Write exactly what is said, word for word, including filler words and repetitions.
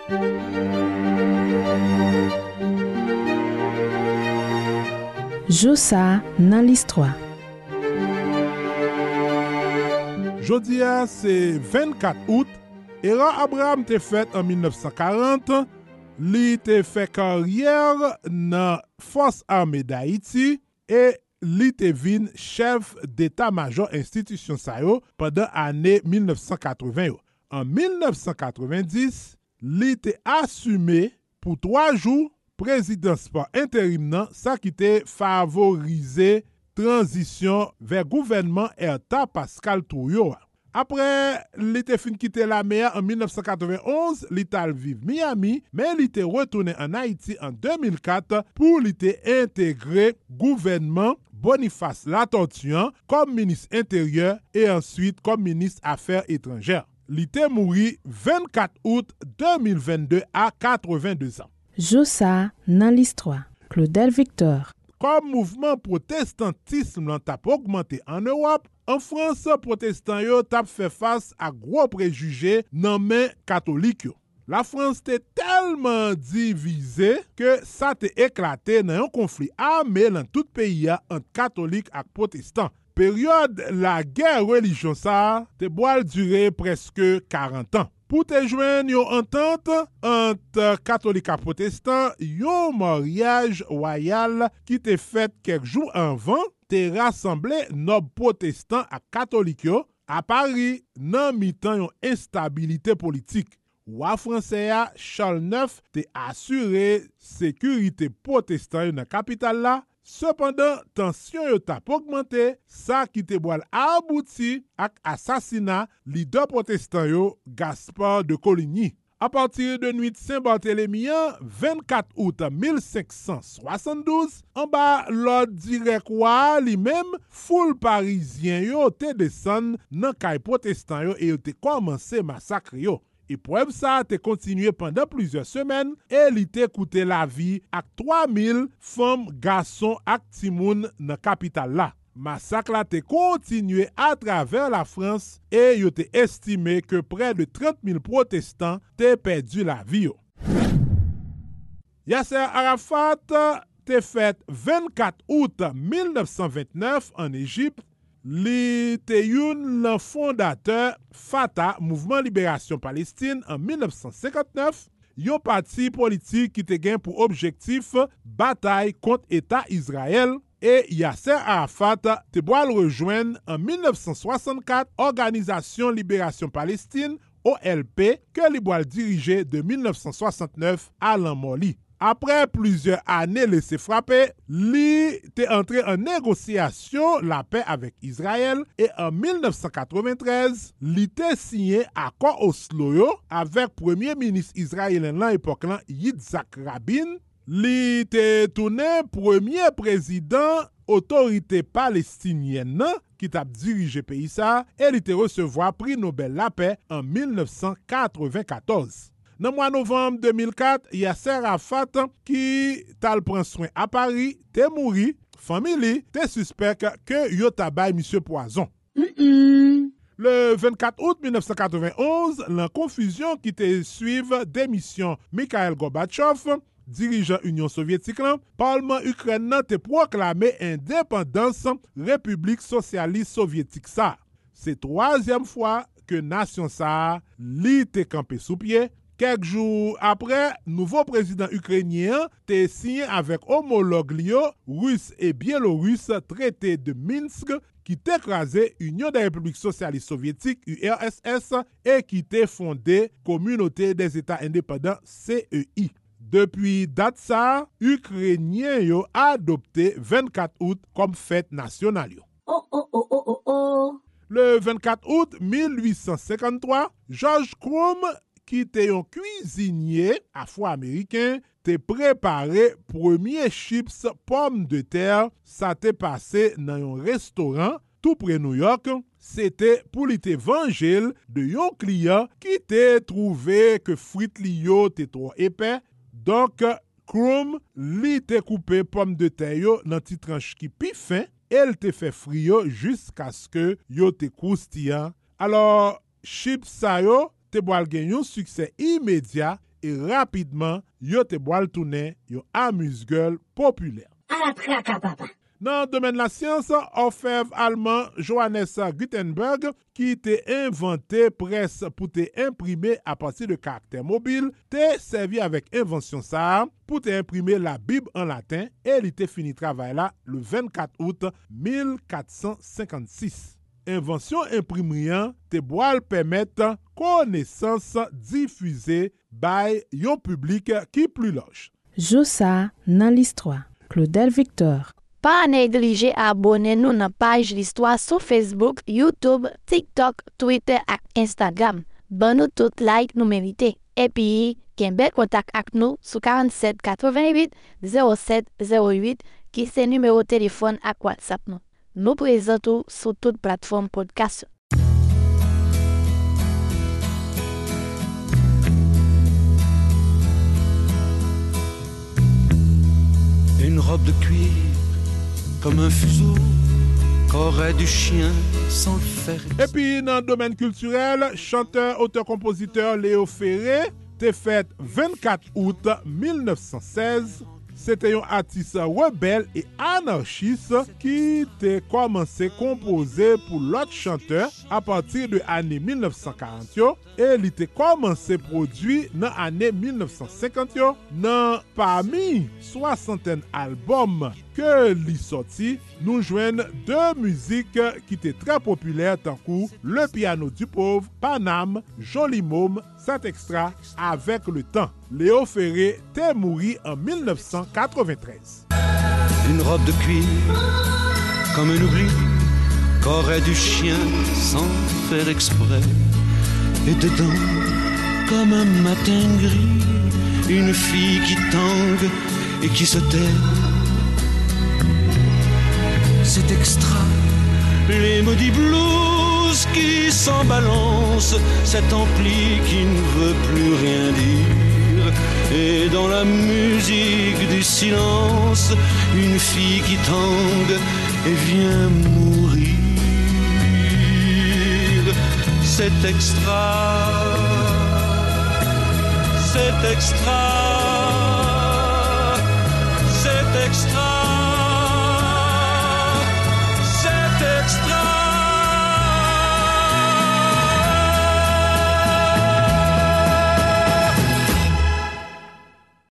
Josa dans l'histoire. Jodia, c'est vingt-quatre août. Era Abraham te fait en mille neuf cent quarante. Li te fait carrière dans Force armée d'Haïti et li te vin chef d'état-major institution sa yo pendant année mille neuf cent quatre-vingts. En mille neuf cent quatre-vingt-dix, li te assumé pour trois jours présidence par intérim nan, ça qui te favorisé transition vers gouvernement Erta Pascal Touyo. Après, li te fin quitté la mer en mille neuf cent quatre-vingt-onze, li tal vive Miami, mais li te retourné en Haïti en deux mille quatre pour li te intégrer gouvernement Boniface Latortue comme ministre intérieur et ensuite comme ministre affaires étrangères. Li te mouri vingt-quatre août deux mille vingt-deux à quatre-vingt-deux ans. Josa dans l'histoire. Claudel Victor. Comme mouvement protestantisme l'an tap augmenté en Europe, en France, protestants yo tap fait face à gros préjugés nan men catholique yo. La France était tellement divisée que ça te éclaté dans un conflit armé dans tout pays entre catholiques et protestants. Période la guerre religion ça te boal durer presque quarante ans. Pour te joindre yon entente entre catholiques et protestants, yon mariage royal qui te fait quelques jours avant te rassemblé nobles protestants et catholiques yo à Paris nan mi-temps yon instabilité politique. Roi français Charles neuf te assuré sécurité protestant dans capitale là. Cependant, tension yo tap augmenté, ça qui te boal abouti ak assassinat leader protestant yo Gaspard de Coligny. À partir de nuit Saint-Barthélemy, vingt-quatre août mille cinq cent soixante-douze, en bas l'ordre direct roi lui-même, foule parisien yo te descend nan kay protestant yo et yo te commencé massacre yo. Épreuve ça te continué pendant plusieurs semaines et li te coûté la vie à trois mille femmes, garçons et timoun dans capitale là. Massacre la te continué à travers la France et yo te estimé que près de trente mille protestants te perdu la vie. Yasser Arafat te fait vingt-quatre août mille neuf cent vingt-neuf en Égypte. Li te youn le fondateur Fatah, Mouvement Libération Palestine en mille neuf cent cinquante-neuf, yon parti politique qui te gen pour objectif bataille contre État Israël et Yasser Arafat te boal rejoindre en mille neuf cent soixante-quatre Organisation Libération Palestine O L P que li boal dirige de mille neuf cent soixante-neuf à l'Anmoli. Après plusieurs années laissées frapper, li te entré en négociation la paix avec Israël et en mille neuf cent quatre-vingt-treize, li te signé accord Oslo yo avec premier ministre israélien l'an époque là Yitzhak Rabin. Li te tourné premier président autorité palestinienne qui t'a dirigé pays ça et li te recevoir prix Nobel la paix en mille neuf cent quatre-vingt-quatorze. Dans le mois de novembre deux mille quatre, Yasser Arafat qui tal prend soin à Paris, te mouri, famille te suspecte que yo tabay monsieur poison. Mm-mm. Le vingt-quatre août mille neuf cent quatre-vingt-onze, la confusion qui te suive démission Mikhail Gorbatchev, dirigeant Union soviétique, le Parlement ukrainien te proclamé indépendance République socialiste soviétique ça. C'est troisième fois que nation ça li te campé sous pied. Quelques jours après, nouveau président ukrainien te signé avec homologue lio, russe et biélorusse traité de Minsk qui t'écrasé Union des républiques socialistes soviétiques U R S S et qui t'a fondé Communauté des États indépendants C E I. Depuis date ça, Ukrainien yo adopté vingt-quatre août comme fête nationale yo. Oh oh oh oh oh oh. Le vingt-quatre août mille huit cent cinquante-trois, George Crumb qui était un cuisinier afro-américain, te préparé premier chips pommes de terre, ça t'est passé dans un restaurant tout près New York. C'était pour lui te venger de un client qui te trouvé que frites li yo te trop épais. Donc, Crumb li te coupé pommes de terre yo dans petite tranche qui pi fin, elle te fait frio jusqu'à ce que yo te croustillant. Alors, chips sa yo te boal gen yon succès immédiat et rapidement, yo te boal tourner yon amuse-gueule populaire. À la traque à papa. Dans le domaine de la science, orfèvre allemand Johannes Gutenberg, qui était inventé presse pour te imprimer à partir de caractères mobiles, te servi avec invention ça pour te imprimer la Bible en latin et il était fini travail là le vingt-quatre août mille quatre cent cinquante-six. Invention imprimerie te boal permettre connaissance diffusée by yon public qui plus large. Josa dans l'histoire. Claudel Victor. Pas négliger à abonner nous dans page l'histoire sur Facebook, YouTube, TikTok, Twitter et Instagram. Bon nous tout like nous mériter. Et puis, Kembe contact avec nous sur quarante-sept quatre-vingt-huit zéro sept zéro huit qui c'est numéro de téléphone à WhatsApp nous. Nous présentons sur toute plateforme podcast. Une robe de cuir comme un fuseau qu'aurait du chien sans le faire. Et puis, dans le domaine culturel, chanteur, auteur, compositeur Léo Ferré, t'es fait vingt-quatre août mille neuf cent seize. C'était un artiste rebelle et anarchiste qui a commencé à composer pour l'autre chanteur à partir de l'année mille neuf cent quarante et il a commencé à produire dans l'année mille neuf cent cinquante. Dans parmi soixantaine albums que l'y sorti, nous joignons deux musiques qui étaient très populaires tant que Le piano du pauvre, Paname, Joli Môme, Saint Extra, Avec le temps. Léo Ferré t'est mort en mille neuf cent quatre-vingt-treize. Une robe de cuir comme un oubli qu'aurait du chien sans faire exprès. Et dedans, comme un matin gris, une fille qui tangue et qui se tait. C'est extra, les maudits blues qui s'en balancent, cet ampli qui ne veut plus rien dire. Et dans la musique du silence, une fille qui tangue et vient mourir. C'est extra, c'est extra.